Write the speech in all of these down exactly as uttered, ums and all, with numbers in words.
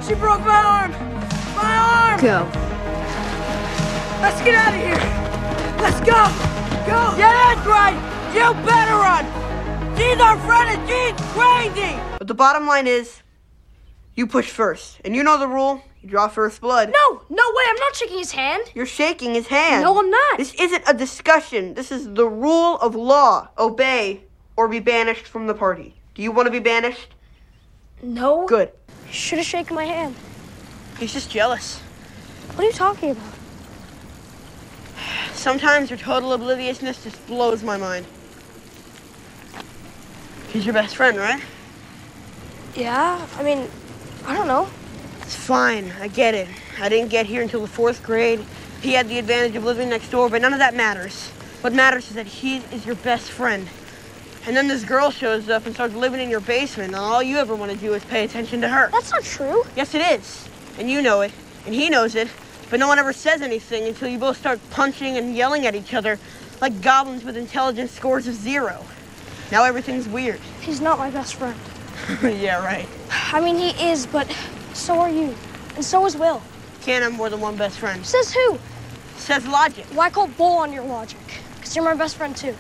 She broke my arm! My arm! Go. Let's get out of here! Let's go! Go! Yeah, that's right! You better run! She's our friend and she's crazy! But the bottom line is, you push first. And you know the rule. You draw first blood. No! No way! I'm not shaking his hand! You're shaking his hand. No, I'm not! This isn't a discussion. This is the rule of law. Obey or be banished from the party. Do you want to be banished? No. Good. You should have shaken my hand. He's just jealous. What are you talking about? Sometimes your total obliviousness just blows my mind. He's your best friend, right? Yeah, I mean, I don't know. It's fine. I get it. I didn't get here until the fourth grade. He had the advantage of living next door, but none of that matters. What matters is that he is your best friend. And then this girl shows up and starts living in your basement, and all you ever want to do is pay attention to her. That's not true. Yes, it is. And you know it. And he knows it. But no one ever says anything until you both start punching and yelling at each other like goblins with intelligence scores of zero. Now everything's weird. He's not my best friend. Yeah, right. I mean, he is, but so are you. And so is Will. Can't have more than one best friend. Says who? Says logic. Why call bull on your logic? Because you're my best friend, too.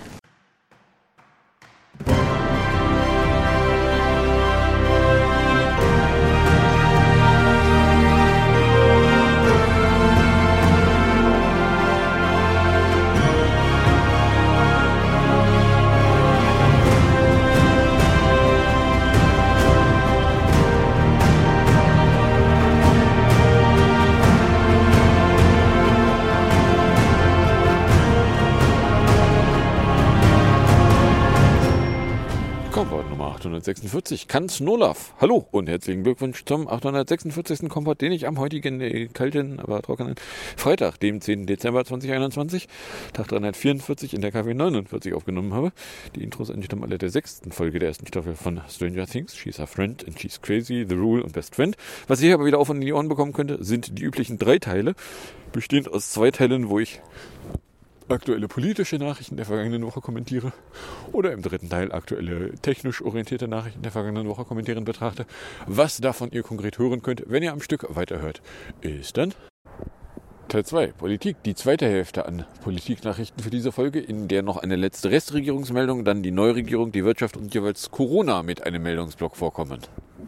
achthundertsechsundvierzig, Kanz Nolaf. Hallo und herzlichen Glückwunsch zum achthundertsechsundvierzigsten Kompott, den ich am heutigen äh, kalten, aber trockenen Freitag, dem zehnten Dezember zweitausendeinundzwanzig, Tag dreihundertvierundvierzig in der K W neunundvierzig aufgenommen habe. Die Intros entstammen alle der sechsten Folge der ersten Staffel von Stranger Things. She's a Friend and She's Crazy, The Rule und Best Friend. Was ich aber wieder auf und in die Ohren bekommen könnte, sind die üblichen drei Teile, bestehend aus zwei Teilen, wo ich aktuelle politische Nachrichten der vergangenen Woche kommentiere oder im dritten Teil aktuelle technisch orientierte Nachrichten der vergangenen Woche kommentieren betrachte. Was davon ihr konkret hören könnt, wenn ihr am Stück weiterhört, ist dann Teil zwei, Politik, die zweite Hälfte an Politiknachrichten für diese Folge, in der noch eine letzte Restregierungsmeldung, dann die Neuregierung, die Wirtschaft und jeweils Corona mit einem Meldungsblock vorkommen.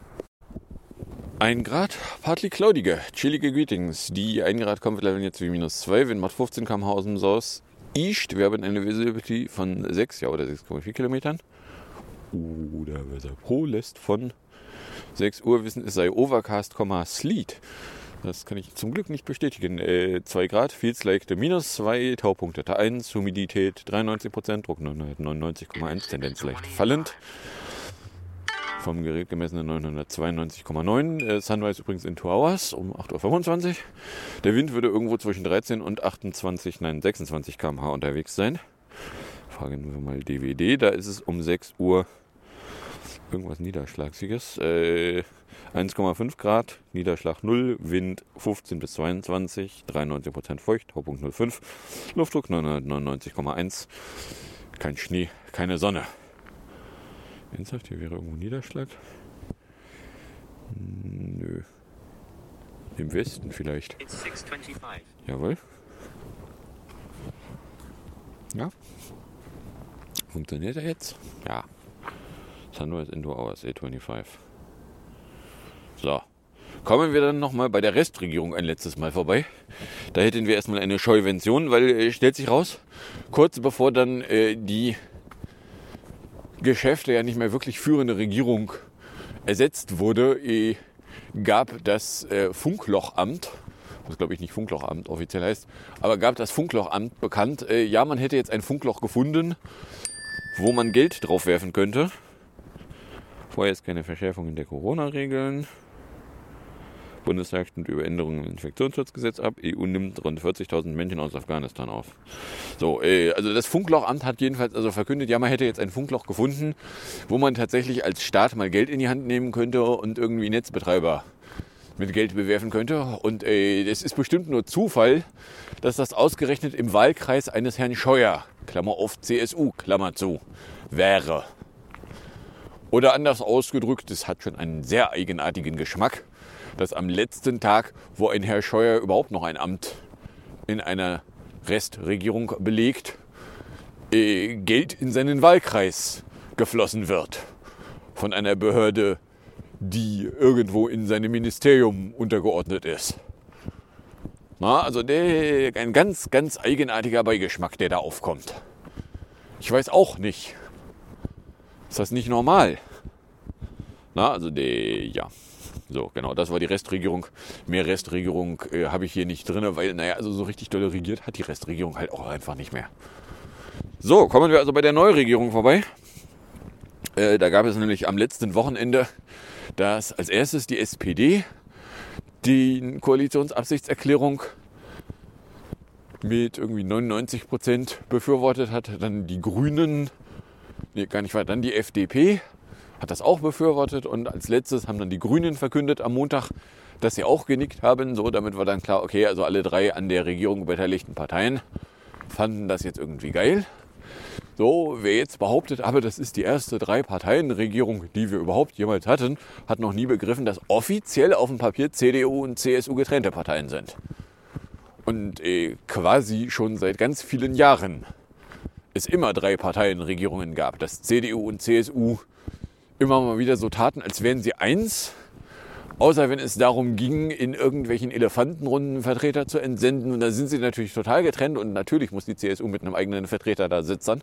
Ein Grad, partly cloudige, chillige Greetings. Die ein Grad kommt leveln jetzt wie minus zwei, Wind macht fünfzehn Kilometer pro Stunde aus dem Saus. East, wir haben eine Visibility von sechs, ja, oder sechs Komma vier Kilometern. Oder Weather Pro lässt von sechs Uhr wissen, es sei Overcast, Sleet. Das kann ich zum Glück nicht bestätigen. Äh, zwei Grad, feels like the minus zwei, Taupunkt eins, Humidität dreiundneunzig Prozent, Druck neunundneunzig Komma eins, Tendenz leicht fallend. Vom Gerät gemessene neunhundertzweiundneunzig Komma neun. Äh, Sunrise übrigens in zwei Hours um acht Uhr fünfundzwanzig. Der Wind würde irgendwo zwischen dreizehn und achtundzwanzig, nein sechsundzwanzig Kilometer pro Stunde unterwegs sein. Fragen wir mal D W D. Da ist es um sechs Uhr irgendwas Niederschlagsiges. Äh, eins Komma fünf Grad, Niederschlag null, Wind fünfzehn bis zweiundzwanzig, dreiundneunzig Prozent feucht, Taupunkt null Komma fünf, Luftdruck neunhundertneunundneunzig Komma eins. Kein Schnee, keine Sonne. Ernsthaft, hier wäre irgendwo Niederschlag? Nö. Im Westen vielleicht. Jawohl. Ja. Funktioniert er jetzt? Ja. Sunrise Indoor Hours, acht fünfundzwanzig. So. Kommen wir dann nochmal bei der Restregierung ein letztes Mal vorbei. Da hätten wir erstmal eine Scheuvention, weil äh, stellt sich raus, kurz bevor dann äh, die Geschäfte ja nicht mehr wirklich führende Regierung ersetzt wurde, äh, gab das äh, Funklochamt, was glaube ich nicht Funklochamt offiziell heißt, aber gab das Funklochamt bekannt, äh, ja, man hätte jetzt ein Funkloch gefunden, wo man Geld drauf werfen könnte. Vorher ist keine Verschärfungen der Corona-Regeln. Bundestag stimmt über Änderungen im Infektionsschutzgesetz ab. E U nimmt rund vierzigtausend Menschen aus Afghanistan auf. So, äh, also das Funklochamt hat jedenfalls also verkündet, ja, man hätte jetzt ein Funkloch gefunden, wo man tatsächlich als Staat mal Geld in die Hand nehmen könnte und irgendwie Netzbetreiber mit Geld bewerfen könnte. Und äh, es ist bestimmt nur Zufall, dass das ausgerechnet im Wahlkreis eines Herrn Scheuer, Klammer auf C S U, Klammer zu, wäre. Oder anders ausgedrückt, es hat schon einen sehr eigenartigen Geschmack, dass am letzten Tag, wo ein Herr Scheuer überhaupt noch ein Amt in einer Restregierung belegt, äh, Geld in seinen Wahlkreis geflossen wird von einer Behörde, die irgendwo in seinem Ministerium untergeordnet ist. Na, also der, ein ganz, ganz eigenartiger Beigeschmack, der da aufkommt. Ich weiß auch nicht. Ist das nicht normal? Na, also der, ja. So, genau, das war die Restregierung. Mehr Restregierung äh, habe ich hier nicht drin, weil, naja, also so richtig doll regiert hat die Restregierung halt auch einfach nicht mehr. So, kommen wir also bei der Neuregierung vorbei. Äh, da gab es nämlich am letzten Wochenende, dass als erstes die S P D die Koalitionsabsichtserklärung mit irgendwie neunundneunzig Prozent befürwortet hat. Dann die Grünen, nee, gar nicht weiter, dann die F D P hat das auch befürwortet. Und als letztes haben dann die Grünen verkündet am Montag, dass sie auch genickt haben. So, damit war dann klar, okay, also alle drei an der Regierung beteiligten Parteien fanden das jetzt irgendwie geil. So, wer jetzt behauptet, aber das ist die erste Drei-Parteien-Regierung, die wir überhaupt jemals hatten, hat noch nie begriffen, dass offiziell auf dem Papier C D U und C S U getrennte Parteien sind. Und äh, quasi schon seit ganz vielen Jahren es immer Drei-Parteien-Regierungen gab, dass C D U und C S U immer mal wieder so taten, als wären sie eins, außer wenn es darum ging, in irgendwelchen Elefantenrunden Vertreter zu entsenden. Und da sind sie natürlich total getrennt und natürlich muss die C S U mit einem eigenen Vertreter da sitzen.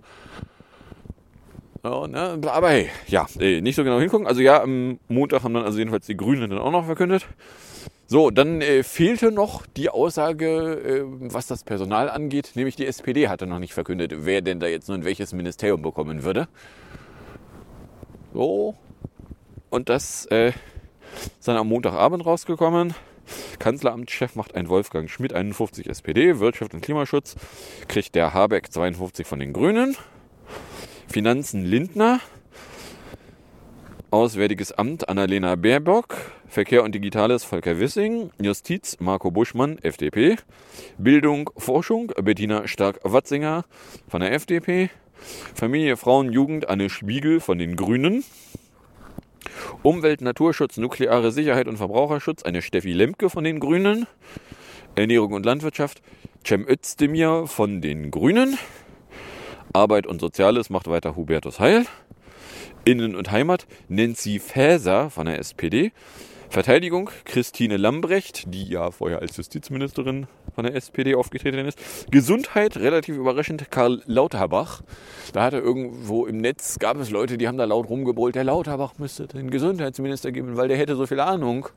So, ne? Aber hey, ja, nicht so genau hingucken. Also ja, am Montag haben dann also jedenfalls die Grünen dann auch noch verkündet. So, dann äh, fehlte noch die Aussage, äh, was das Personal angeht, nämlich die S P D hatte noch nicht verkündet, wer denn da jetzt nun welches Ministerium bekommen würde. So, und das äh, ist dann am Montagabend rausgekommen. Kanzleramtschef macht ein Wolfgang Schmidt, einundfünfzig S P D, Wirtschaft und Klimaschutz kriegt der Habeck zweiundfünfzig von den Grünen. Finanzen Lindner, Auswärtiges Amt Annalena Baerbock, Verkehr und Digitales Volker Wissing, Justiz Marco Buschmann, F D P, Bildung, Forschung Bettina Stark-Watzinger von der F D P, Familie, Frauen, Jugend Anne Spiegel von den Grünen, Umwelt, Naturschutz, nukleare Sicherheit und Verbraucherschutz eine Steffi Lemke von den Grünen, Ernährung und Landwirtschaft Cem Özdemir von den Grünen, Arbeit und Soziales macht weiter Hubertus Heil, Innen- und Heimat Nancy Faeser von der S P D, Verteidigung Christine Lambrecht, die ja vorher als Justizministerin von der S P D aufgetreten ist, Gesundheit, relativ überraschend, Karl Lauterbach. Da hatte irgendwo im Netz, gab es Leute, die haben da laut rumgebrüllt, der Lauterbach müsste den Gesundheitsminister geben, weil der hätte so viel Ahnung.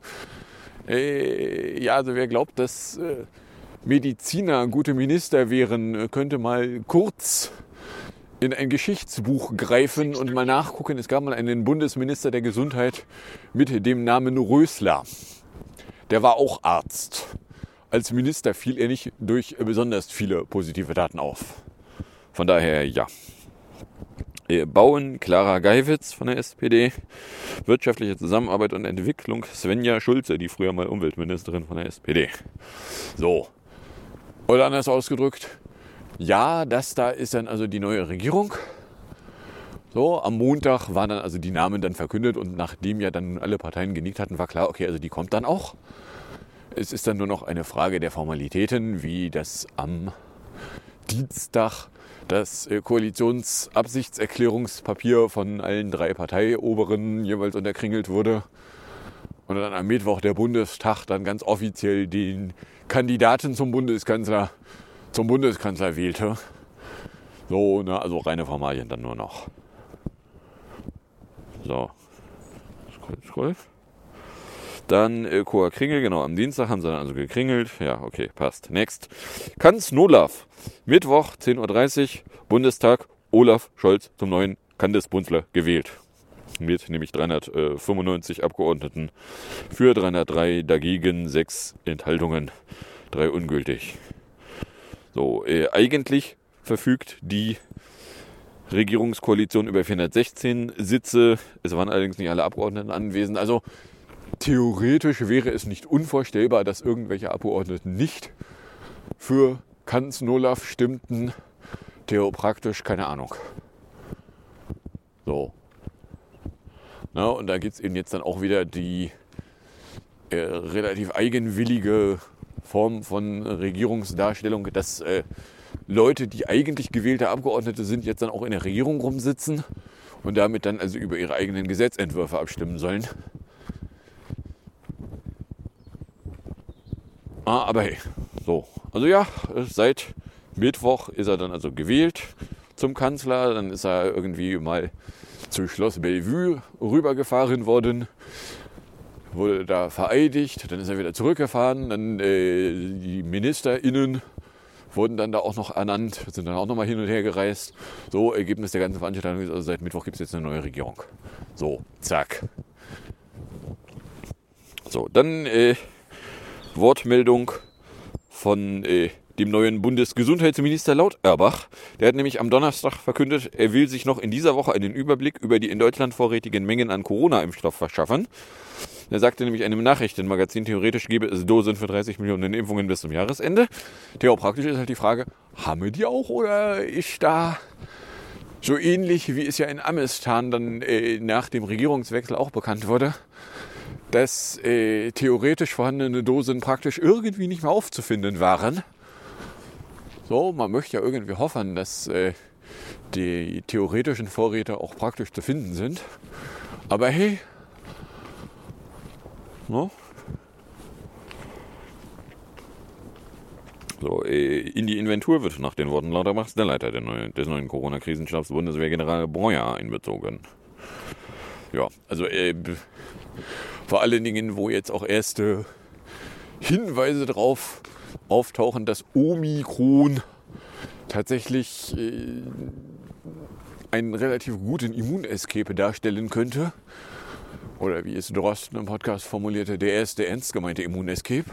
Äh, ja, also wer glaubt, dass äh, Mediziner gute Minister wären, könnte mal kurz in ein Geschichtsbuch greifen und mal nachgucken. Es gab mal einen Bundesminister der Gesundheit mit dem Namen Rösler. Der war auch Arzt. Als Minister fiel er nicht durch besonders viele positive Daten auf. Von daher, ja. Bauen, Clara Geiwitz von der S P D. Wirtschaftliche Zusammenarbeit und Entwicklung, Svenja Schulze, die früher mal Umweltministerin von der S P D. So. Oder anders ausgedrückt, ja, das da ist dann also die neue Regierung. So, am Montag waren dann also die Namen dann verkündet und nachdem ja dann alle Parteien genickt hatten, war klar, okay, also die kommt dann auch. Es ist dann nur noch eine Frage der Formalitäten, wie das am Dienstag das Koalitionsabsichtserklärungspapier von allen drei Parteioberen jeweils unterkringelt wurde. Und dann am Mittwoch der Bundestag dann ganz offiziell den Kandidaten zum Bundeskanzler zum Bundeskanzler wählte. So, ne, also reine Formalien dann nur noch. So. Scroll, scroll. Dann äh, Koa Kringel, genau, am Dienstag haben sie dann also gekringelt. Ja, okay, passt. Next. Kanz Nolaf. Mittwoch, zehn Uhr dreißig, Bundestag, Olaf Scholz zum neuen Kandisbunzler gewählt. Mit nämlich dreihundertfünfundneunzig Abgeordneten für dreihundertdrei, dagegen sechs Enthaltungen, drei ungültig. So, äh, eigentlich verfügt die Regierungskoalition über vierhundertsechzehn Sitze. Es waren allerdings nicht alle Abgeordneten anwesend. Also theoretisch wäre es nicht unvorstellbar, dass irgendwelche Abgeordneten nicht für Kanz Nolaf stimmten. Theopraktisch, keine Ahnung. So. Na, und da gibt es eben jetzt dann auch wieder die äh, relativ eigenwillige Form von Regierungsdarstellung, dass äh, Leute, die eigentlich gewählte Abgeordnete sind, jetzt dann auch in der Regierung rumsitzen und damit dann also über ihre eigenen Gesetzentwürfe abstimmen sollen. Ah, aber hey, so. Also ja, seit Mittwoch ist er dann also gewählt zum Kanzler. Dann ist er irgendwie mal zu Schloss Bellevue rübergefahren worden, wurde da vereidigt, dann ist er wieder zurückgefahren. Dann äh, die MinisterInnen wurden dann da auch noch ernannt, sind dann auch noch mal hin und her gereist. So, Ergebnis der ganzen Veranstaltung ist, also seit Mittwoch gibt es jetzt eine neue Regierung. So, zack. So, dann äh, Wortmeldung von äh, dem neuen Bundesgesundheitsminister Lauterbach. Der hat nämlich am Donnerstag verkündet, er will sich noch in dieser Woche einen Überblick über die in Deutschland vorrätigen Mengen an Corona-Impfstoff verschaffen. Er sagte nämlich einem Nachrichtenmagazin, theoretisch gäbe es Dosen für dreißig Millionen Impfungen bis zum Jahresende. Theoretisch ist halt die Frage, haben wir die auch oder ist da so ähnlich, wie es ja in Amistan dann äh, nach dem Regierungswechsel auch bekannt wurde, dass äh, theoretisch vorhandene Dosen praktisch irgendwie nicht mehr aufzufinden waren. So, man möchte ja irgendwie hoffen, dass äh, die theoretischen Vorräte auch praktisch zu finden sind. Aber hey, no? So, äh, in die Inventur wird nach den Worten Lauterbachs der Leiter der neuen, des neuen Corona-Krisenstabs Bundeswehrgeneral Breuer einbezogen. Ja, also äh, vor allen Dingen, wo jetzt auch erste Hinweise drauf auftauchen, dass Omikron tatsächlich äh, einen relativ guten Immunescape darstellen könnte. Oder wie es Drosten im Podcast formulierte, der erste ernst gemeinte Immunescape.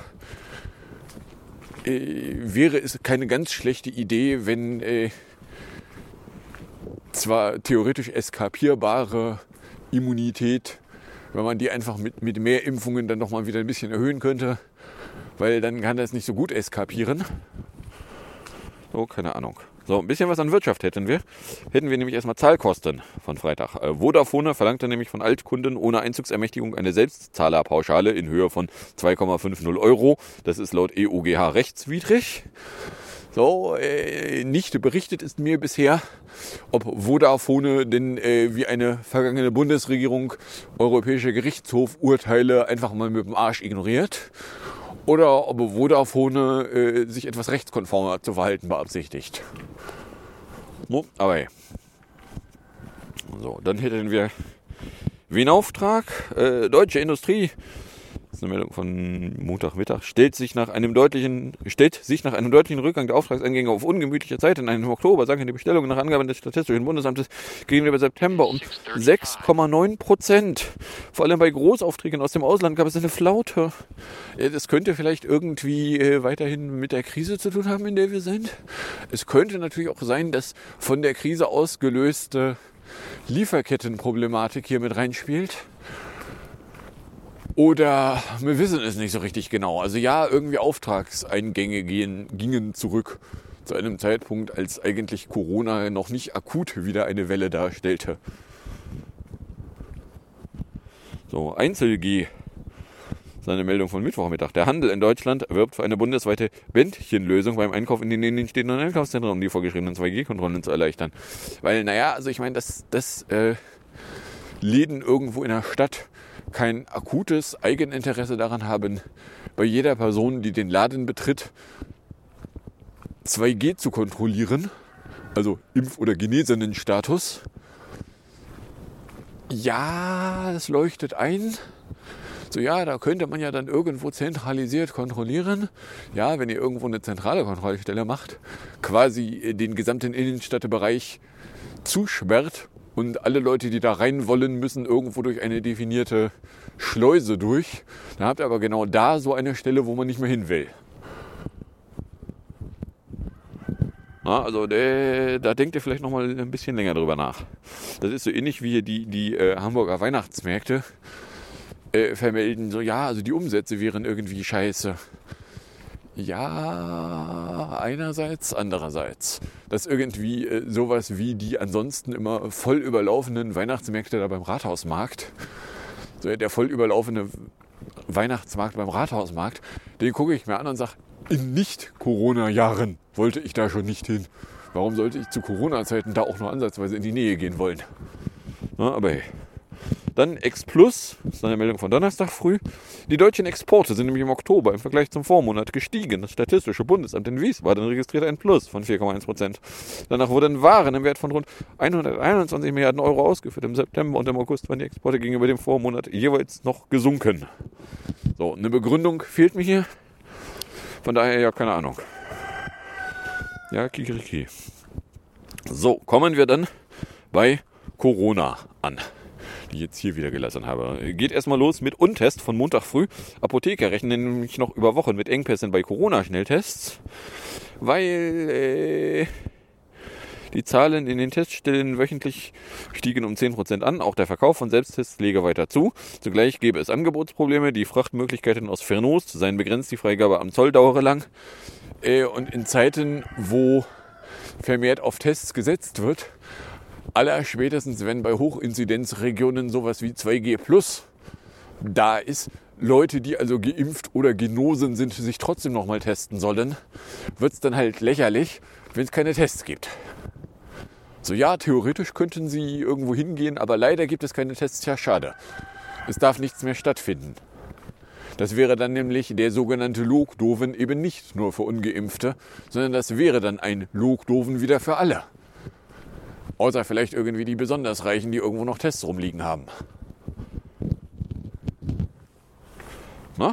Äh, wäre es keine ganz schlechte Idee, wenn äh, zwar theoretisch eskapierbare Immunität, wenn man die einfach mit, mit mehr Impfungen dann nochmal wieder ein bisschen erhöhen könnte, weil dann kann das nicht so gut eskapieren. So, keine Ahnung. So, ein bisschen was an Wirtschaft hätten wir. Hätten wir nämlich erstmal Zahlkosten von Freitag. Äh, Vodafone verlangte nämlich von Altkunden ohne Einzugsermächtigung eine Selbstzahlerpauschale in Höhe von zwei Komma fünfzig Euro. Das ist laut E U G H rechtswidrig. So, äh, nicht berichtet ist mir bisher, ob Vodafone denn äh, wie eine vergangene Bundesregierung europäische Gerichtshofurteile einfach mal mit dem Arsch ignoriert oder ob Vodafone äh, sich etwas rechtskonformer zu verhalten beabsichtigt. No, aber hey. So, dann hätten wir Wen-Auftrag, äh, deutsche Industrie. Das ist eine Meldung von Montagmittag. Stellt sich nach einem deutlichen, stellt sich nach einem deutlichen Rückgang der Auftragseingänge auf ungemütliche Zeit in einem Oktober, sagen die Bestellungen nach Angaben des Statistischen Bundesamtes gegenüber September um sechs Komma neun Prozent. Vor allem bei Großaufträgen aus dem Ausland gab es eine Flaute. Das könnte vielleicht irgendwie weiterhin mit der Krise zu tun haben, in der wir sind. Es könnte natürlich auch sein, dass von der Krise ausgelöste Lieferkettenproblematik hier mit reinspielt. Oder wir wissen es nicht so richtig genau. Also ja, irgendwie Auftragseingänge gehen, gingen zurück zu einem Zeitpunkt, als eigentlich Corona noch nicht akut wieder eine Welle darstellte. So, Einzel-G. Seine Meldung von Mittwochmittag. Der Handel in Deutschland wirbt für eine bundesweite Bändchenlösung beim Einkauf in den innenstädtischen Einkaufszentren, um die vorgeschriebenen zwei G Kontrollen zu erleichtern. Weil, naja, also ich meine, dass, dass äh, Läden irgendwo in der Stadt kein akutes Eigeninteresse daran haben, bei jeder Person, die den Laden betritt, zwei G zu kontrollieren, also Impf- oder Genesenen-Status. Ja, es leuchtet ein. So, ja, da könnte man ja dann irgendwo zentralisiert kontrollieren. Ja, wenn ihr irgendwo eine zentrale Kontrollstelle macht, quasi den gesamten Innenstadtbereich zusperrt und alle Leute, die da rein wollen, müssen irgendwo durch eine definierte Schleuse durch. Dann habt ihr aber genau da so eine Stelle, wo man nicht mehr hin will. Na, also der, da denkt ihr vielleicht noch mal ein bisschen länger drüber nach. Das ist so ähnlich wie die, die äh, Hamburger Weihnachtsmärkte äh, vermelden. So, ja, also die Umsätze wären irgendwie scheiße. Ja, einerseits, andererseits. Dass irgendwie äh, sowas wie die ansonsten immer voll überlaufenden Weihnachtsmärkte da beim Rathausmarkt, so der voll überlaufene Weihnachtsmarkt beim Rathausmarkt, den gucke ich mir an und sage, in Nicht-Corona-Jahren wollte ich da schon nicht hin. Warum sollte ich zu Corona-Zeiten da auch nur ansatzweise in die Nähe gehen wollen? Na, aber hey. Dann Ex Plus, das ist eine Meldung von Donnerstag früh. Die deutschen Exporte sind nämlich im Oktober im Vergleich zum Vormonat gestiegen. Das Statistische Bundesamt in Wiesbaden registrierte ein Plus von vier Komma eins Prozent. Danach wurden Waren im Wert von rund hunderteinundzwanzig Milliarden Euro ausgeführt. Im September und im August waren die Exporte gegenüber dem Vormonat jeweils noch gesunken. So, eine Begründung fehlt mir hier. Von daher ja, keine Ahnung. Ja, Kikeriki. So, kommen wir dann bei Corona an, die ich jetzt hier wieder gelassen habe. Geht erstmal los mit Untest von Montag früh. Apotheker rechnen nämlich noch über Wochen mit Engpässen bei Corona-Schnelltests, weil äh, die Zahlen in den Teststellen wöchentlich stiegen um zehn Prozent an. Auch der Verkauf von Selbsttests lege weiter zu. Zugleich gäbe es Angebotsprobleme. Die Frachtmöglichkeiten aus Fernost seien begrenzt. Die Freigabe am Zoll dauere lang. Äh, und in Zeiten, wo vermehrt auf Tests gesetzt wird, aller spätestens, wenn bei Hochinzidenzregionen sowas wie zwei G plus da ist, Leute, die also geimpft oder genosen sind, sich trotzdem nochmal testen sollen, wird es dann halt lächerlich, wenn es keine Tests gibt. So, ja, theoretisch könnten sie irgendwo hingehen, aber leider gibt es keine Tests. Ja, schade. Es darf nichts mehr stattfinden. Das wäre dann nämlich der sogenannte Logdoven eben nicht nur für Ungeimpfte, sondern das wäre dann ein Logdoven wieder für alle. Außer vielleicht irgendwie die besonders Reichen, die irgendwo noch Tests rumliegen haben. Na?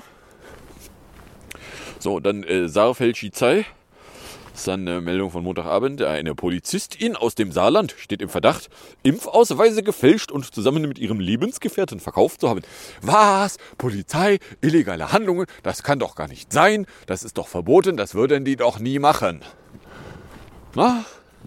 So, dann äh, Saarfeld-Schizei. Das ist eine Meldung von Montagabend. Eine Polizistin aus dem Saarland steht im Verdacht, Impfausweise gefälscht und zusammen mit ihrem Lebensgefährten verkauft zu haben. Was? Polizei? Illegale Handlungen? Das kann doch gar nicht sein. Das ist doch verboten. Das würden die doch nie machen. Na?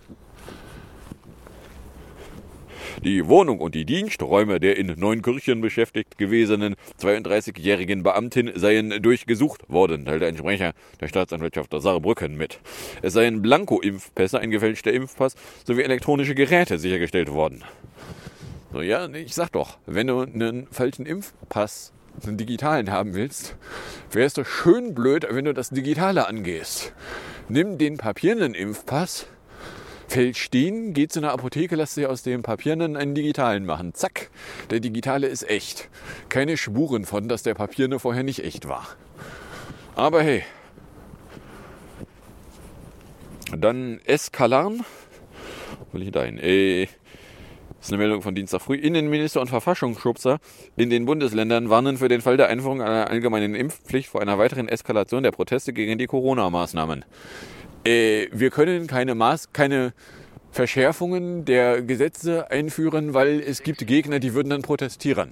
Die Wohnung und die Diensträume der in Neunkirchen beschäftigt gewesenen zweiunddreißigjährigen Beamtin seien durchgesucht worden, teilte ein Sprecher der Staatsanwaltschaft Saarbrücken mit. Es seien Blanko-Impfpässe, ein gefälschter Impfpass sowie elektronische Geräte sichergestellt worden. So, ja, ich sag doch, wenn du einen falschen Impfpass, einen digitalen haben willst, wäre es doch schön blöd, wenn du das Digitale angehst. Nimm den papierenden Impfpass, fällt stehen, geh zu einer Apotheke, lass dir aus dem papierenden einen digitalen machen. Zack, der digitale ist echt. Keine Spuren von, dass der papierende vorher nicht echt war. Aber hey. Dann Eskalarn. Will ich da hin? Äh, das ist eine Meldung von Dienstag früh. Innenminister und Verfassungsschubser in den Bundesländern warnen für den Fall der Einführung einer allgemeinen Impfpflicht vor einer weiteren Eskalation der Proteste gegen die Corona-Maßnahmen. Äh, wir können keine, Maß, keine Verschärfungen der Gesetze einführen, weil es gibt Gegner, die würden dann protestieren.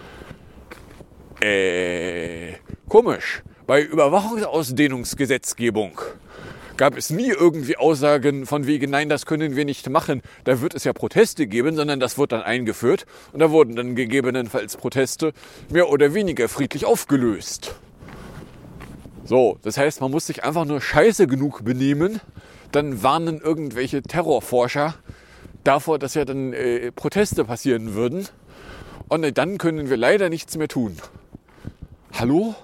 Äh, komisch. Bei Überwachungsausdehnungsgesetzgebung gab es nie irgendwie Aussagen von wegen, nein, das können wir nicht machen. Da wird es ja Proteste geben, sondern das wird dann eingeführt. Und da wurden dann gegebenenfalls Proteste mehr oder weniger friedlich aufgelöst. So, das heißt, man muss sich einfach nur scheiße genug benehmen, dann warnen irgendwelche Terrorforscher davor, dass ja dann äh, Proteste passieren würden. Und äh, dann können wir leider nichts mehr tun. Hallo?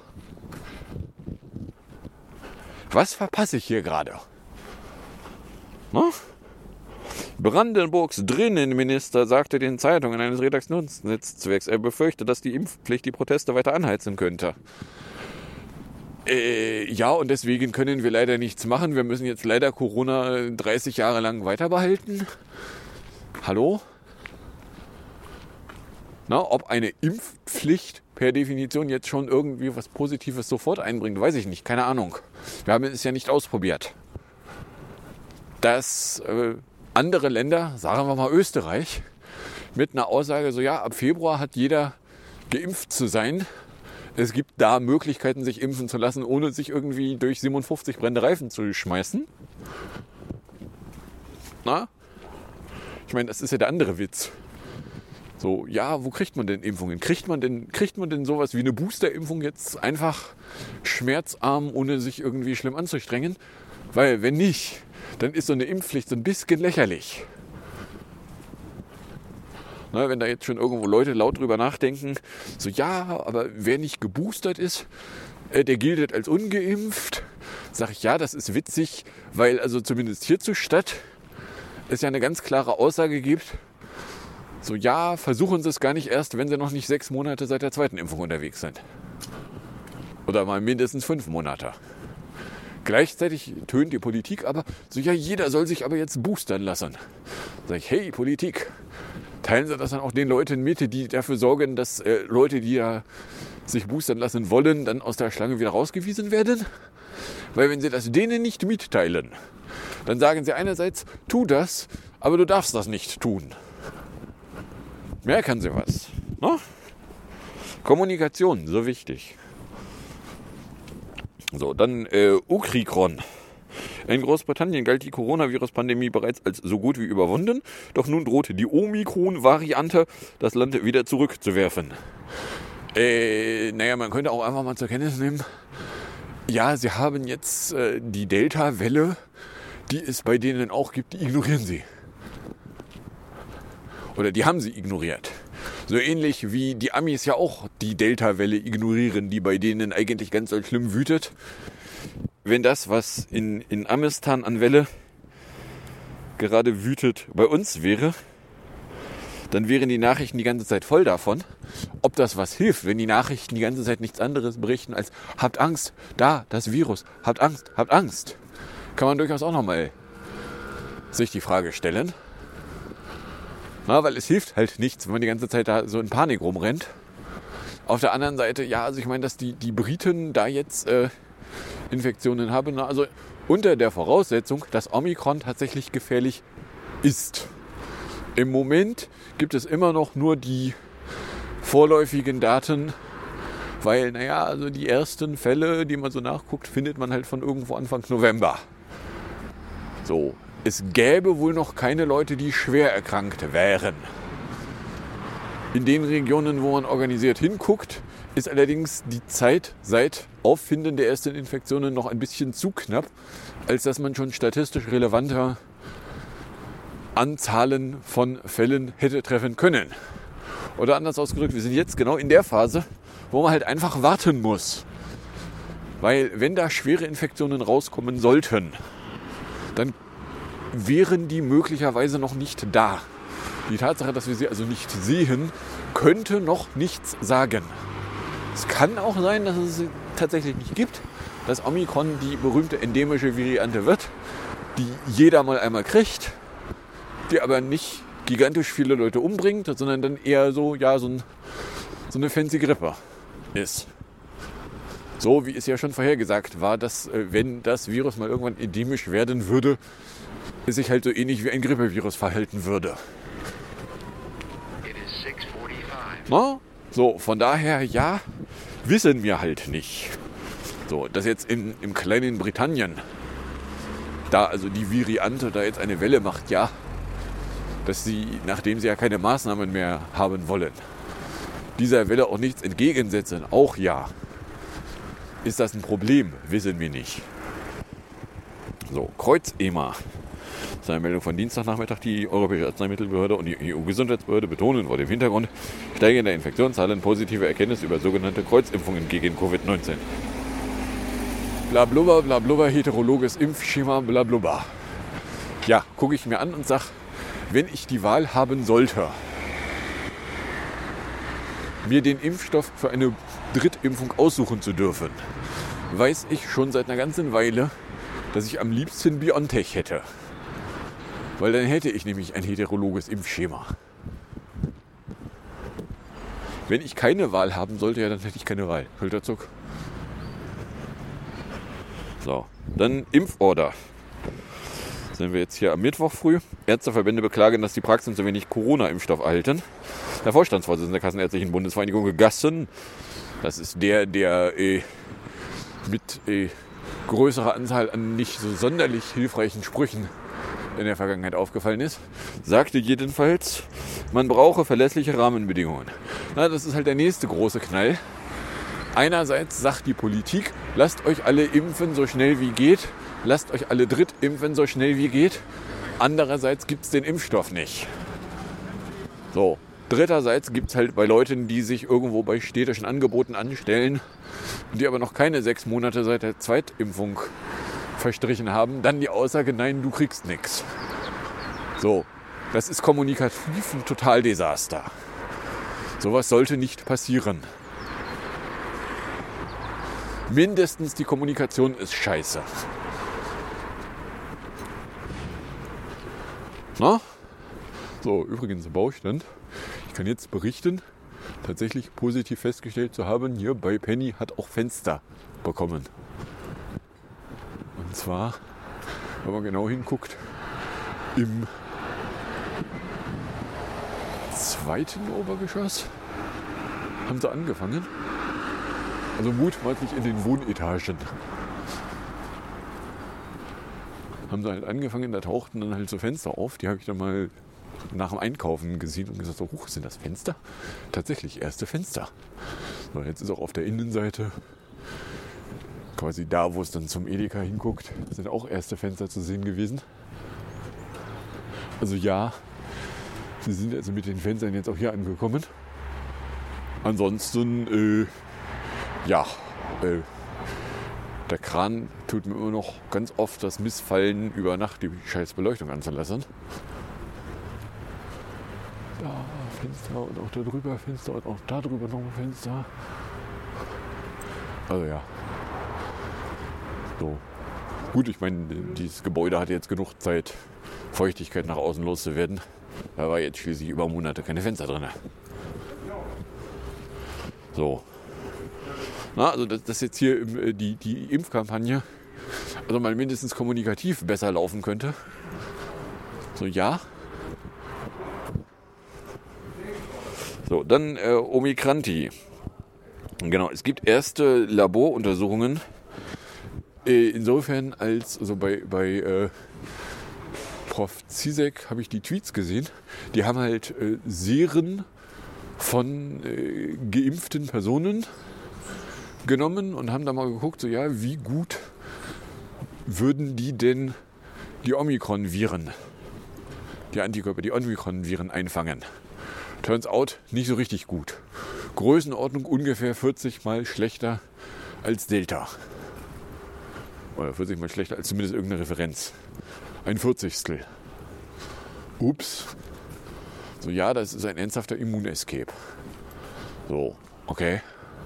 Was verpasse ich hier gerade? Brandenburgs Drinnenminister sagte den Zeitungen eines Redaktionsnetzwerks, er befürchte, dass die Impfpflicht die Proteste weiter anheizen könnte. Äh, ja, und deswegen können wir leider nichts machen. Wir müssen jetzt leider Corona dreißig Jahre lang weiter behalten. Hallo? Na, ob eine Impfpflicht per Definition jetzt schon irgendwie was Positives sofort einbringt, weiß ich nicht. Keine Ahnung. Wir haben es ja nicht ausprobiert. Dass äh, andere Länder, sagen wir mal Österreich, mit einer Aussage so, ja, ab Februar hat jeder geimpft zu sein. Es gibt da Möglichkeiten, sich impfen zu lassen, ohne sich irgendwie durch siebenundfünfzig brennende Reifen zu schmeißen. Na? Ich meine, das ist ja der andere Witz. So, ja, wo kriegt man denn Impfungen? Kriegt man denn, kriegt man denn sowas wie eine Boosterimpfung jetzt einfach schmerzarm, ohne sich irgendwie schlimm anzustrengen? Weil wenn nicht, dann ist so eine Impfpflicht so ein bisschen lächerlich. Na, wenn da jetzt schon irgendwo Leute laut drüber nachdenken, so ja, aber wer nicht geboostert ist, äh, der gilt als ungeimpft. Sag ich, ja, das ist witzig, weil also zumindest hier zur Stadt es ja eine ganz klare Aussage gibt, so ja, versuchen Sie es gar nicht erst, wenn Sie noch nicht sechs Monate seit der zweiten Impfung unterwegs sind. Oder mal mindestens fünf Monate. Gleichzeitig tönt die Politik aber so, ja, jeder soll sich aber jetzt boostern lassen. Sag ich, hey Politik, teilen Sie das dann auch den Leuten mit, die dafür sorgen, dass äh, Leute, die ja sich boostern lassen wollen, dann aus der Schlange wieder rausgewiesen werden? Weil wenn Sie das denen nicht mitteilen, dann sagen Sie einerseits, tu das, aber du darfst das nicht tun. Merken Sie was. Ne? Kommunikation, so wichtig. So, dann äh, Okrikron. In Großbritannien galt die Coronavirus-Pandemie bereits als so gut wie überwunden, doch nun droht die Omikron-Variante, das Land wieder zurückzuwerfen. Äh, naja, man könnte auch einfach mal zur Kenntnis nehmen, ja, sie haben jetzt äh, die Delta-Welle, die es bei denen auch gibt, die ignorieren sie. Oder die haben sie ignoriert. So ähnlich wie die Amis ja auch die Delta-Welle ignorieren, die bei denen eigentlich ganz so schlimm wütet. Wenn das, was in, in Amistan an Welle gerade wütet, bei uns wäre, dann wären die Nachrichten die ganze Zeit voll davon. Ob das was hilft, wenn die Nachrichten die ganze Zeit nichts anderes berichten als habt Angst, da, das Virus, habt Angst, habt Angst. Kann man durchaus auch nochmal sich die Frage stellen. Na, weil es hilft halt nichts, wenn man die ganze Zeit da so in Panik rumrennt. Auf der anderen Seite, ja, also ich meine, dass die, die Briten da jetzt äh, Infektionen haben, na, also unter der Voraussetzung, dass Omikron tatsächlich gefährlich ist. Im Moment gibt es immer noch nur die vorläufigen Daten, weil, naja, also die ersten Fälle, die man so nachguckt, findet man halt von irgendwo Anfang November. So. Es gäbe wohl noch keine Leute, die schwer erkrankt wären. In den Regionen, wo man organisiert hinguckt, ist allerdings die Zeit seit Auffinden der ersten Infektionen noch ein bisschen zu knapp, als dass man schon statistisch relevante Anzahlen von Fällen hätte treffen können. Oder anders ausgedrückt, wir sind jetzt genau in der Phase, wo man halt einfach warten muss. Weil wenn da schwere Infektionen rauskommen sollten, dann wären die möglicherweise noch nicht da. Die Tatsache, dass wir sie also nicht sehen, könnte noch nichts sagen. Es kann auch sein, dass es sie tatsächlich nicht gibt, dass Omikron die berühmte endemische Variante wird, die jeder mal einmal kriegt, die aber nicht gigantisch viele Leute umbringt, sondern dann eher so, ja, so, ein, so eine fancy Grippe ist. So wie es ja schon vorhergesagt war, dass wenn das Virus mal irgendwann endemisch werden würde, es sich halt so ähnlich wie ein Grippevirus verhalten würde. Na? So, von daher, ja, wissen wir halt nicht. So, dass jetzt in, im kleinen Britannien, da also die Variante da jetzt eine Welle macht, ja, dass sie, nachdem sie ja keine Maßnahmen mehr haben wollen, dieser Welle auch nichts entgegensetzen, auch ja. Ist das ein Problem? Wissen wir nicht. So, Kreuzema. Das ist eine Meldung von Dienstagnachmittag. Die Europäische Arzneimittelbehörde und die E U-Gesundheitsbehörde betonen vor dem Hintergrund steigender Infektionszahlen positive Erkenntnis über sogenannte Kreuzimpfungen gegen Covid neunzehn. Blablubber, blablubber, heterologes Impfschema, blablubber. Ja, gucke ich mir an und sage, wenn ich die Wahl haben sollte, mir den Impfstoff für eine Drittimpfung aussuchen zu dürfen, weiß ich schon seit einer ganzen Weile, dass ich am liebsten BioNTech hätte. Weil dann hätte ich nämlich ein heterologes Impfschema. Wenn ich keine Wahl haben sollte, ja, dann hätte ich keine Wahl. Schulterzuck. So, dann Impforder. Sind wir jetzt hier am Mittwoch früh. Ärzteverbände beklagen, dass die Praxen zu wenig Corona-Impfstoff erhalten. Der Vorstandsvorsitzende der Kassenärztlichen Bundesvereinigung Gassen, das ist der, der äh, mit äh, größerer Anzahl an nicht so sonderlich hilfreichen Sprüchen in der Vergangenheit aufgefallen ist, sagte jedenfalls, man brauche verlässliche Rahmenbedingungen. Na, das ist halt der nächste große Knall. Einerseits sagt die Politik, lasst euch alle impfen, so schnell wie geht. Lasst euch alle drittimpfen, so schnell wie geht. Andererseits gibt es den Impfstoff nicht. So. Dritterseits gibt es halt bei Leuten, die sich irgendwo bei städtischen Angeboten anstellen, die aber noch keine sechs Monate seit der Zweitimpfung verstrichen haben, dann die Aussage, nein, du kriegst nichts. So, das ist kommunikativ ein Totaldesaster. Sowas sollte nicht passieren. Mindestens die Kommunikation ist scheiße. Na? So, übrigens Baustand. Ich kann jetzt berichten, tatsächlich positiv festgestellt zu haben, hier bei Penny hat auch Fenster bekommen. Und zwar, wenn man genau hinguckt, im zweiten Obergeschoss haben sie angefangen. Also mutmaßlich in den Wohnetagen. Haben sie halt angefangen, da tauchten dann halt so Fenster auf. Die habe ich dann mal nach dem Einkaufen gesehen und gesagt, so, huch, sind das Fenster? Tatsächlich, erste Fenster. So, jetzt ist auch auf der Innenseite, quasi da, wo es dann zum Edeka hinguckt, sind auch erste Fenster zu sehen gewesen. Also ja, sie sind also mit den Fenstern jetzt auch hier angekommen. Ansonsten, äh, ja, äh, der Kran tut mir immer noch ganz oft das Missfallen, über Nacht die scheiß Beleuchtung anzulassen. Da Fenster und auch da drüber Fenster und auch da drüber noch ein Fenster. Also ja. So. Gut, ich meine, dieses Gebäude hat jetzt genug Zeit, Feuchtigkeit nach außen loszuwerden. Da war jetzt schließlich über Monate keine Fenster drin. So. Na, also dass das jetzt hier die, die Impfkampagne, also mal mindestens kommunikativ besser laufen könnte. So, ja. So, dann äh, Omikranti. Genau, es gibt erste Laboruntersuchungen. Äh, insofern, als also bei, bei äh, Professor Zizek habe ich die Tweets gesehen. Die haben halt äh, Seren von äh, geimpften Personen genommen und haben da mal geguckt, so ja, wie gut würden die denn die Omikron-Viren, die Antikörper, die Omikron-Viren einfangen. Turns out, nicht so richtig gut. Größenordnung ungefähr vierzig Mal schlechter als Delta. Oder vierzig Mal schlechter als zumindest irgendeine Referenz. Ein Vierzigstel. Ups. So, ja, das ist ein ernsthafter Immunescape. So, okay.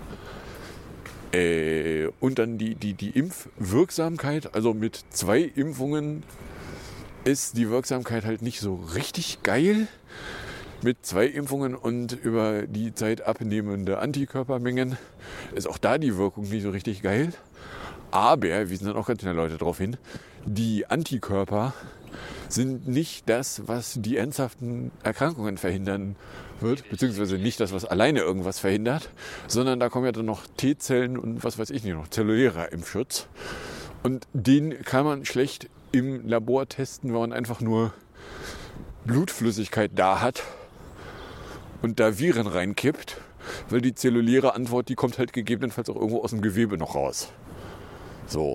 Äh, und dann die, die, die Impfwirksamkeit, also mit zwei Impfungen ist die Wirksamkeit halt nicht so richtig geil. Mit zwei Impfungen und über die Zeit abnehmende Antikörpermengen ist auch da die Wirkung nicht so richtig geil. Aber, wiesen dann auch ganz viele Leute darauf hin, die Antikörper sind nicht das, was die ernsthaften Erkrankungen verhindern wird, beziehungsweise nicht das, was alleine irgendwas verhindert, sondern da kommen ja dann noch T-Zellen und was weiß ich nicht noch, zellulärer Impfschutz. Und den kann man schlecht im Labor testen, wenn man einfach nur Blutflüssigkeit da hat und da Viren reinkippt, weil die zelluläre Antwort, die kommt halt gegebenenfalls auch irgendwo aus dem Gewebe noch raus. So.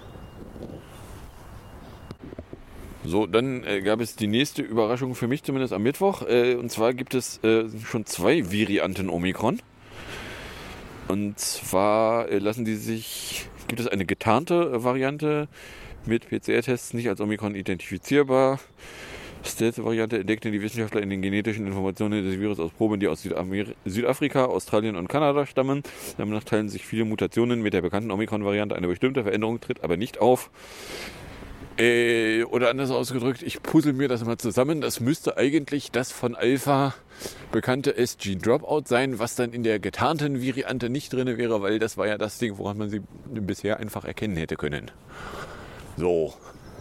So, dann äh, gab es die nächste Überraschung für mich zumindest am Mittwoch. Äh, und zwar gibt es äh, schon zwei Varianten Omikron. Und zwar äh, lassen die sich, gibt es eine getarnte Variante mit P C R-Tests nicht als Omikron identifizierbar. Stealth-Variante entdeckten die Wissenschaftler in den genetischen Informationen des Virus aus Proben, die aus Südamer- Südafrika, Australien und Kanada stammen. Danach teilen sich viele Mutationen mit der bekannten Omikron-Variante. Eine bestimmte Veränderung tritt aber nicht auf. Äh, oder anders ausgedrückt, ich puzzle mir das mal zusammen. Das müsste eigentlich das von Alpha bekannte S G-Dropout sein, was dann in der getarnten Variante nicht drin wäre, weil das war ja das Ding, woran man sie bisher einfach erkennen hätte können. So.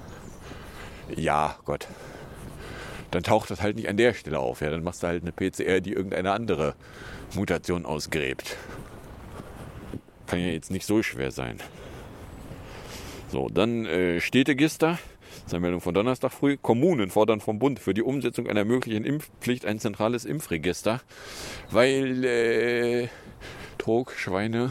Ja, Gott. Dann taucht das halt nicht an der Stelle auf. Ja, dann machst du halt eine P C R, die irgendeine andere Mutation ausgräbt. Kann ja jetzt nicht so schwer sein. So, dann äh, Städtegister. Das ist eine Meldung von Donnerstag früh. Kommunen fordern vom Bund für die Umsetzung einer möglichen Impfpflicht ein zentrales Impfregister, weil äh, Trog, Schweine...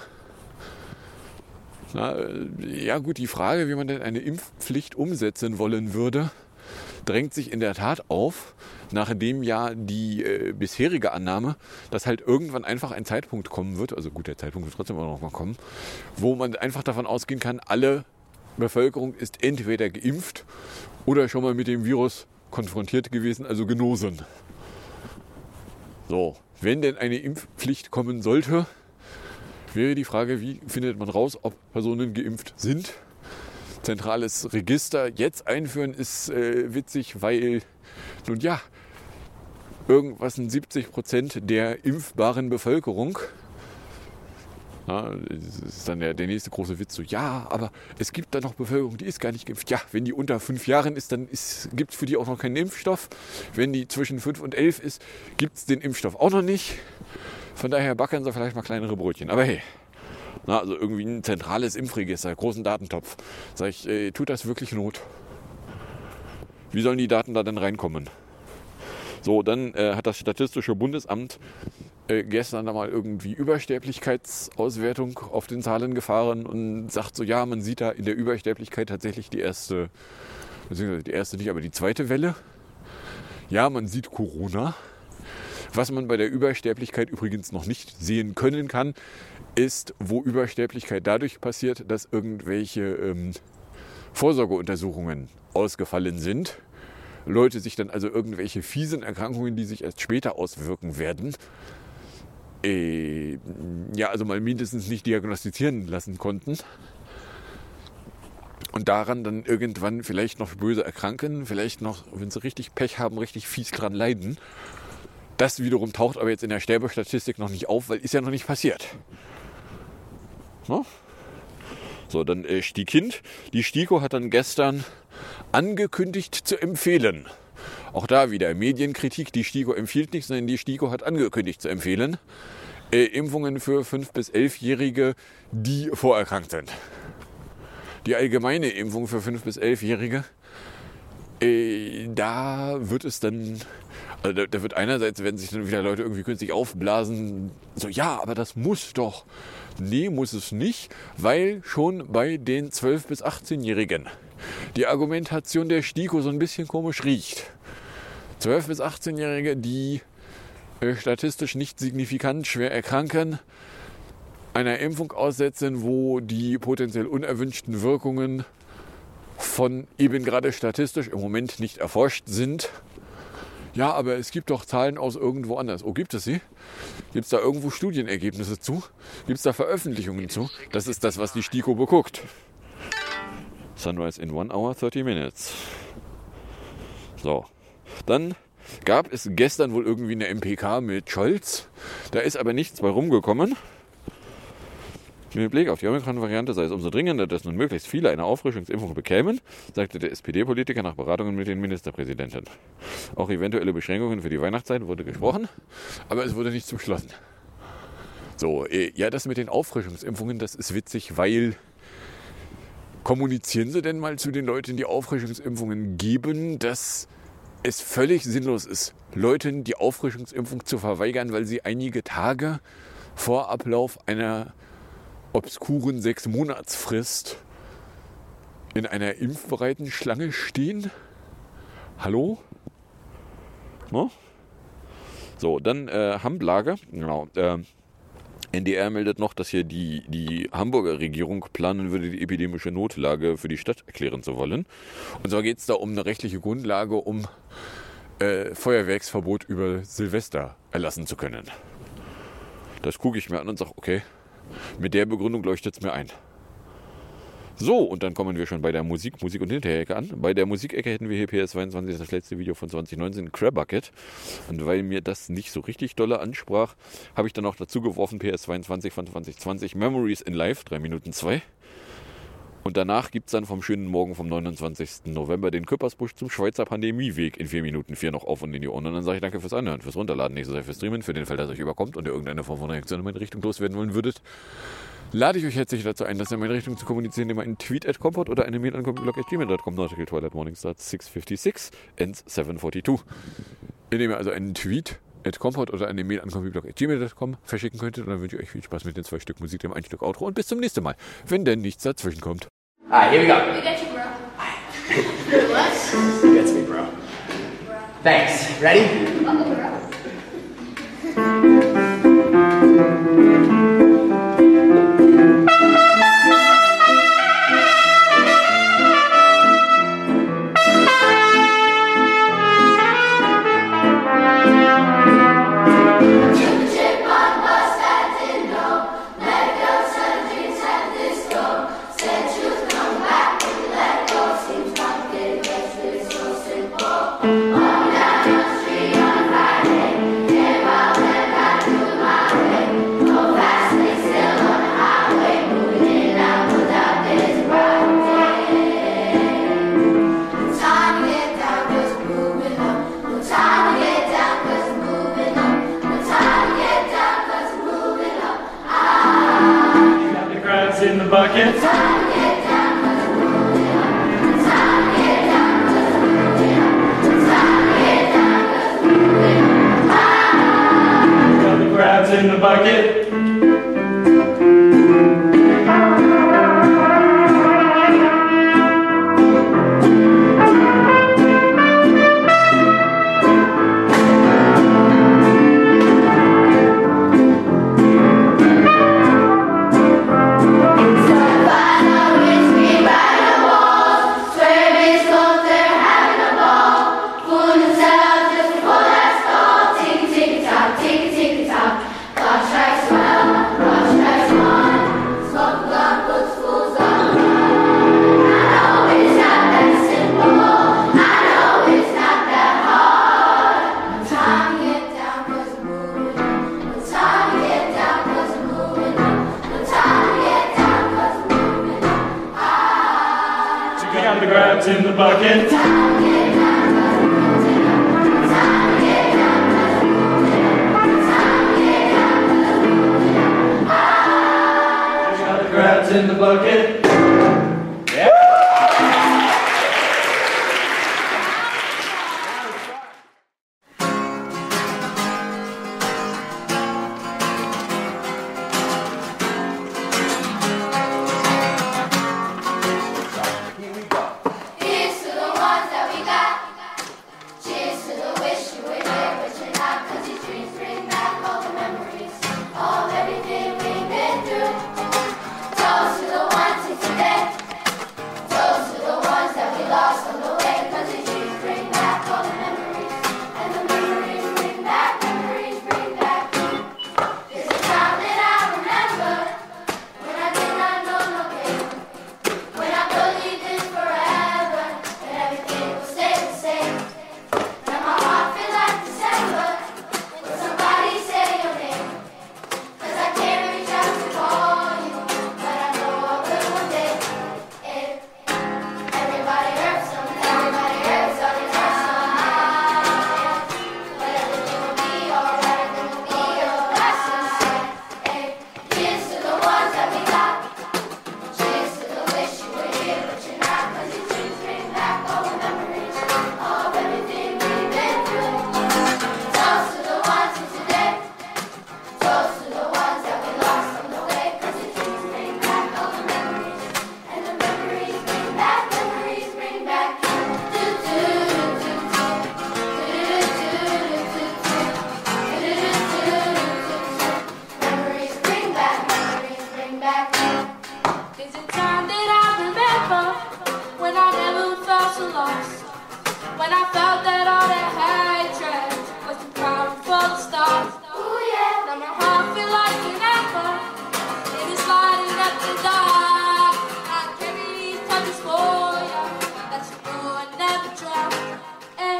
Na, ja gut, die Frage, wie man denn eine Impfpflicht umsetzen wollen würde, drängt sich in der Tat auf, nachdem ja die äh, bisherige Annahme, dass halt irgendwann einfach ein Zeitpunkt kommen wird, also gut, der Zeitpunkt wird trotzdem auch noch mal kommen, wo man einfach davon ausgehen kann, alle Bevölkerung ist entweder geimpft oder schon mal mit dem Virus konfrontiert gewesen, also genosen. So, wenn denn eine Impfpflicht kommen sollte, wäre die Frage, wie findet man raus, ob Personen geimpft sind? Zentrales Register jetzt einführen ist äh, witzig, weil, nun ja, irgendwas sind siebzig Prozent der impfbaren Bevölkerung. Ja, das ist dann der, der nächste große Witz, so, ja, aber es gibt da noch Bevölkerung, die ist gar nicht geimpft. Ja, wenn die unter fünf Jahren ist, dann gibt es für die auch noch keinen Impfstoff. Wenn die zwischen fünf und elf ist, gibt es den Impfstoff auch noch nicht. Von daher backen sie vielleicht mal kleinere Brötchen. Aber hey, na, also irgendwie ein zentrales Impfregister, großen Datentopf. Sag ich, äh, tut das wirklich Not? Wie sollen die Daten da denn reinkommen? So, dann äh, hat das Statistische Bundesamt äh, gestern da mal irgendwie Übersterblichkeitsauswertung auf den Zahlen gefahren und sagt so, ja, man sieht da in der Übersterblichkeit tatsächlich die erste, beziehungsweise die erste nicht, aber die zweite Welle. Ja, man sieht Corona. Was man bei der Übersterblichkeit übrigens noch nicht sehen können kann, ist, wo Übersterblichkeit dadurch passiert, dass irgendwelche ähm, Vorsorgeuntersuchungen ausgefallen sind. Leute sich dann also irgendwelche fiesen Erkrankungen, die sich erst später auswirken werden, äh, ja, also mal mindestens nicht diagnostizieren lassen konnten. Und daran dann irgendwann vielleicht noch böse erkranken, vielleicht noch, wenn sie richtig Pech haben, richtig fies dran leiden. Das wiederum taucht aber jetzt in der Sterbestatistik noch nicht auf, weil ist ja noch nicht passiert. No? So, dann äh, STIKInd. Die STIKO hat dann gestern angekündigt zu empfehlen. Auch da wieder Medienkritik. Die STIKO empfiehlt nicht, sondern die STIKO hat angekündigt zu empfehlen. Äh, Impfungen für fünf- bis elfjährige, die vorerkrankt sind. Die allgemeine Impfung für fünf- bis elfjährige, äh, da wird es dann... Also da, da wird einerseits, werden sich dann wieder Leute irgendwie künstlich aufblasen, so, ja, aber das muss doch. Nee, muss es nicht, weil schon bei den zwölf- bis achtzehnjährigen die Argumentation der STIKO so ein bisschen komisch riecht. zwölf- bis achtzehnjährige, die äh, statistisch nicht signifikant schwer erkranken, einer Impfung aussetzen, wo die potenziell unerwünschten Wirkungen von eben gerade statistisch im Moment nicht erforscht sind. Ja, aber es gibt doch Zahlen aus irgendwo anders. Oh, gibt es sie? Gibt es da irgendwo Studienergebnisse zu? Gibt es da Veröffentlichungen zu? Das ist das, was die STIKO beguckt. Sunrise in one hour, thirty minutes. So, dann gab es gestern wohl irgendwie eine M P K mit Scholz. Da ist aber nichts bei rumgekommen. Mit Blick auf die Omikron-Variante sei es umso dringender, dass nun möglichst viele eine Auffrischungsimpfung bekämen, sagte der S P D-Politiker nach Beratungen mit den Ministerpräsidenten. Auch eventuelle Beschränkungen für die Weihnachtszeit wurde gesprochen, aber es wurde nichts beschlossen. So, äh, ja, das mit den Auffrischungsimpfungen, das ist witzig, weil kommunizieren Sie denn mal zu den Leuten, die Auffrischungsimpfungen geben, dass es völlig sinnlos ist, Leuten die Auffrischungsimpfung zu verweigern, weil sie einige Tage vor Ablauf einer obskuren Sechs-Monats-Frist in einer impfbereiten Schlange stehen? Hallo? No? So, dann äh, Hamblage. Genau. Äh, N D R meldet noch, dass hier die, die Hamburger Regierung planen würde, die epidemische Notlage für die Stadt erklären zu wollen. Und zwar geht es da um eine rechtliche Grundlage, um äh, Feuerwerksverbot über Silvester erlassen zu können. Das gucke ich mir an und sage, okay, mit der Begründung leuchtet es mir ein. So, und dann kommen wir schon bei der Musik, Musik und Hinterecke an. Bei der Musikecke hätten wir hier P S zweiundzwanzig, das letzte Video von zwanzig neunzehn, Crab Bucket. Und weil mir das nicht so richtig dolle ansprach, habe ich dann noch dazu geworfen P S zweiundzwanzig von zwanzig zwanzig, Memories in Life, drei Minuten zwei. Und danach gibt es dann vom schönen Morgen vom neunundzwanzigsten November den Küppersbusch zum Schweizer Pandemieweg in vier Minuten vier noch auf und in die Ohren. Und dann sage ich danke fürs Anhören, fürs Runterladen, nicht so sehr fürs Streamen, für den Fall, dass euch überkommt und ihr irgendeine Form von Reaktion in meine Richtung loswerden wollen würdet. lade ich euch herzlich dazu ein, das in meine Richtung zu kommunizieren, indem ihr einen Tweet at comport oder eine Mail an computerblog at gmail dot com, Nautical Twilight Morning starts six fifty-six, ends seven forty-two. Indem ihr also einen Tweet at comport oder eine Mail an computerblog at gmail dot com verschicken könntet. Und dann wünsche ich euch viel Spaß mit den zwei Stück Musik, dem Einstück Outro und bis zum nächsten Mal, wenn denn nichts dazwischen kommt. Alright, here we go. We got you, bro. What? You got me, bro. Thanks. Ready? Uh-oh, bro. In the bucket. Got the crabs in the bucket. Got the crabs in the bucket. Got the crabs in the bucket. When I felt that all that hatred was too powerful to stop. Ooh yeah. Now my heart feel like an apple. It is lighting up the dark. I carry these touches for ya. That's a blue and never drop. Eh.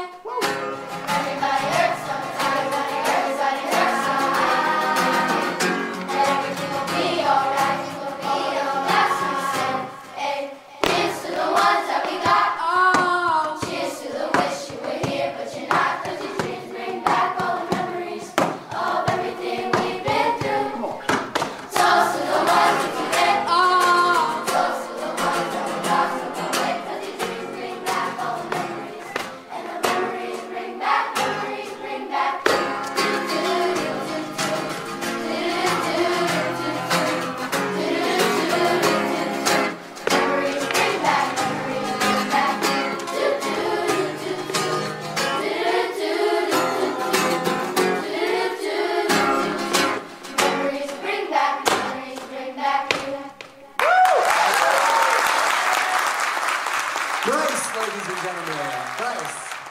Everybody hurts sometimes. Everybody hurts. Everybody hurts sometimes. And everything will be alright. It will be alright. That's what we said. Eh. Here's to the ones that we got. Oh. Cheers to the wish you were here, but you're not. ladies and gentlemen. Nice.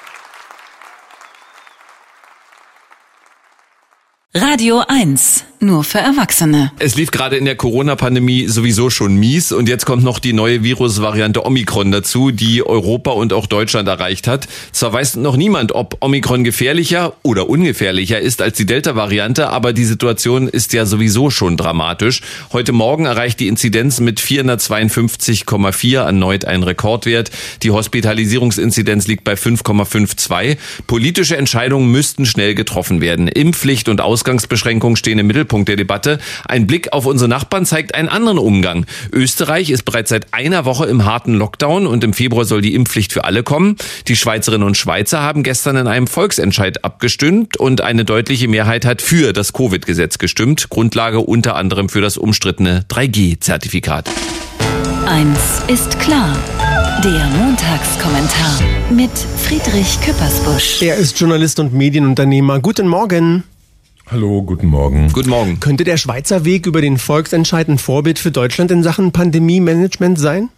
Radio eins, nur für Erwachsene. Es lief gerade in der Corona-Pandemie sowieso schon mies und jetzt kommt noch die neue Virusvariante Omikron dazu, die Europa und auch Deutschland erreicht hat. Zwar weiß noch niemand, ob Omikron gefährlicher oder ungefährlicher ist als die Delta-Variante, aber die Situation ist ja sowieso schon dramatisch. Heute Morgen erreicht die Inzidenz mit vierhundertzweiundfünfzig Komma vier erneut einen Rekordwert. Die Hospitalisierungsinzidenz liegt bei fünf Komma zweiundfünfzig. Politische Entscheidungen müssten schnell getroffen werden. Impfpflicht und Ausgangsbeschränkungen stehen im Mittelpunkt der Debatte. Ein Blick auf unsere Nachbarn zeigt einen anderen Umgang. Österreich ist bereits seit einer Woche im harten Lockdown und im Februar soll die Impfpflicht für alle kommen. Die Schweizerinnen und Schweizer haben gestern in einem Volksentscheid abgestimmt und eine deutliche Mehrheit hat für das Covid-Gesetz gestimmt. Grundlage unter anderem für das umstrittene drei G Zertifikat. Eins ist klar. Der Montagskommentar mit Friedrich Küppersbusch. Er ist Journalist und Medienunternehmer. Guten Morgen. Hallo, guten Morgen. Guten Morgen. Könnte der Schweizer Weg über den Volksentscheid ein Vorbild für Deutschland in Sachen Pandemie-Management sein?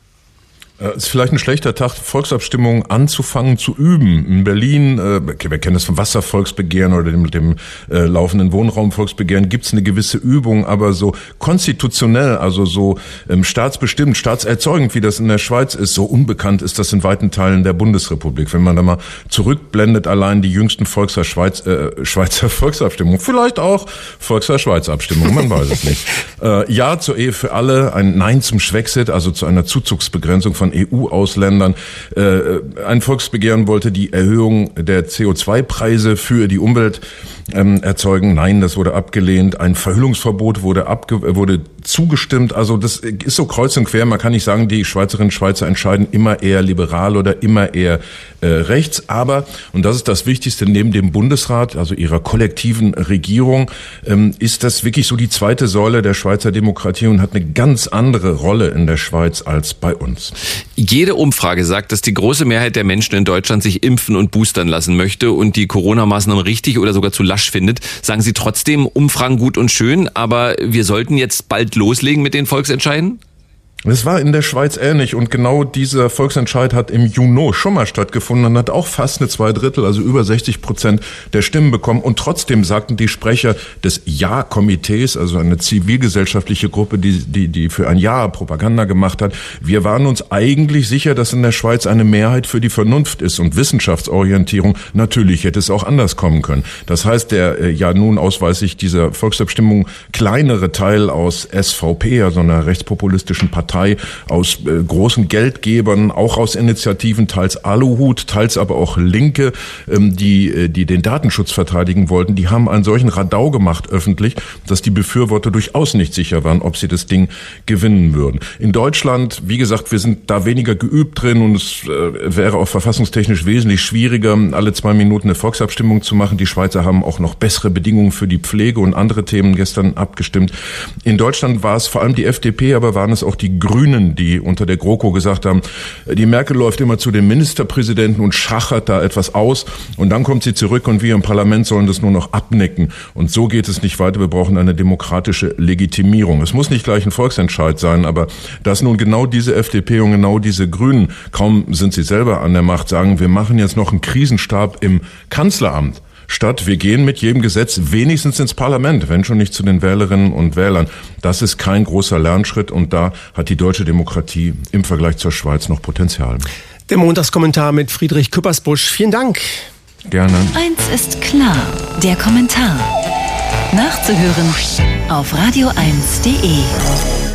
Es ist vielleicht ein schlechter Tag, Volksabstimmungen anzufangen zu üben. In Berlin, äh, wir kennen das vom Wasservolksbegehren oder dem, dem äh, laufenden Wohnraumvolksbegehren, gibt es eine gewisse Übung, aber so konstitutionell, also so ähm, staatsbestimmt, staatserzeugend, wie das in der Schweiz ist, so unbekannt ist das in weiten Teilen der Bundesrepublik. Wenn man da mal zurückblendet, allein die jüngsten Volkser Schweiz, äh, Schweizer Volksabstimmungen, vielleicht auch Volkser Schweizer Abstimmung, man weiß es nicht. Äh, Ja zur Ehe für alle, ein Nein zum Schwexit, also zu einer Zuzugsbegrenzung von E U-Ausländern. Äh, ein Volksbegehren wollte die Erhöhung der C O zwei Preise für die Umwelt ähm, erzeugen. Nein, das wurde abgelehnt. Ein Verhüllungsverbot wurde abge- wurde zugestimmt. Also das ist so kreuz und quer. Man kann nicht sagen, die Schweizerinnen und Schweizer entscheiden immer eher liberal oder immer eher äh, rechts. Aber, und das ist das Wichtigste, neben dem Bundesrat, also ihrer kollektiven Regierung, ähm, ist das wirklich so die zweite Säule der Schweizer Demokratie und hat eine ganz andere Rolle in der Schweiz als bei uns. Jede Umfrage sagt, dass die große Mehrheit der Menschen in Deutschland sich impfen und boostern lassen möchte und die Corona-Maßnahmen richtig oder sogar zu lasch findet. Sagen Sie trotzdem, Umfragen gut und schön, aber wir sollten jetzt bald loslegen mit den Volksentscheiden? Es war in der Schweiz ähnlich und genau dieser Volksentscheid hat im Juni schon mal stattgefunden und hat auch fast eine zwei Drittel, also über sechzig Prozent der Stimmen bekommen. Und trotzdem sagten die Sprecher des Ja-Komitees, also eine zivilgesellschaftliche Gruppe, die, die, die für ein Ja Propaganda gemacht hat, wir waren uns eigentlich sicher, dass in der Schweiz eine Mehrheit für die Vernunft ist und Wissenschaftsorientierung. Natürlich hätte es auch anders kommen können. Das heißt, der ja nun ausweislich dieser Volksabstimmung kleinere Teil aus S V P, also einer rechtspopulistischen Partei, aus äh, großen Geldgebern, auch aus Initiativen, teils Aluhut, teils aber auch Linke, ähm, die äh, die den Datenschutz verteidigen wollten, die haben einen solchen Radau gemacht öffentlich, dass die Befürworter durchaus nicht sicher waren, ob sie das Ding gewinnen würden. In Deutschland, wie gesagt, wir sind da weniger geübt drin und es äh, wäre auch verfassungstechnisch wesentlich schwieriger, alle zwei Minuten eine Volksabstimmung zu machen. Die Schweizer haben auch noch bessere Bedingungen für die Pflege und andere Themen gestern abgestimmt. In Deutschland war es vor allem die F D P, aber waren es auch die Grünen, die unter der GroKo gesagt haben, die Merkel läuft immer zu den Ministerpräsidenten und schachert da etwas aus und dann kommt sie zurück und wir im Parlament sollen das nur noch abnicken. Und so geht es nicht weiter. Wir brauchen eine demokratische Legitimierung. Es muss nicht gleich ein Volksentscheid sein, aber dass nun genau diese F D P und genau diese Grünen, kaum sind sie selber an der Macht, sagen, wir machen jetzt noch einen Krisenstab im Kanzleramt. Statt wir gehen mit jedem Gesetz wenigstens ins Parlament, wenn schon nicht zu den Wählerinnen und Wählern. Das ist kein großer Lernschritt und da hat die deutsche Demokratie im Vergleich zur Schweiz noch Potenzial. Der Montagskommentar mit Friedrich Küppersbusch. Vielen Dank. Gerne. Eins ist klar, der Kommentar. Nachzuhören auf radio eins punkt de.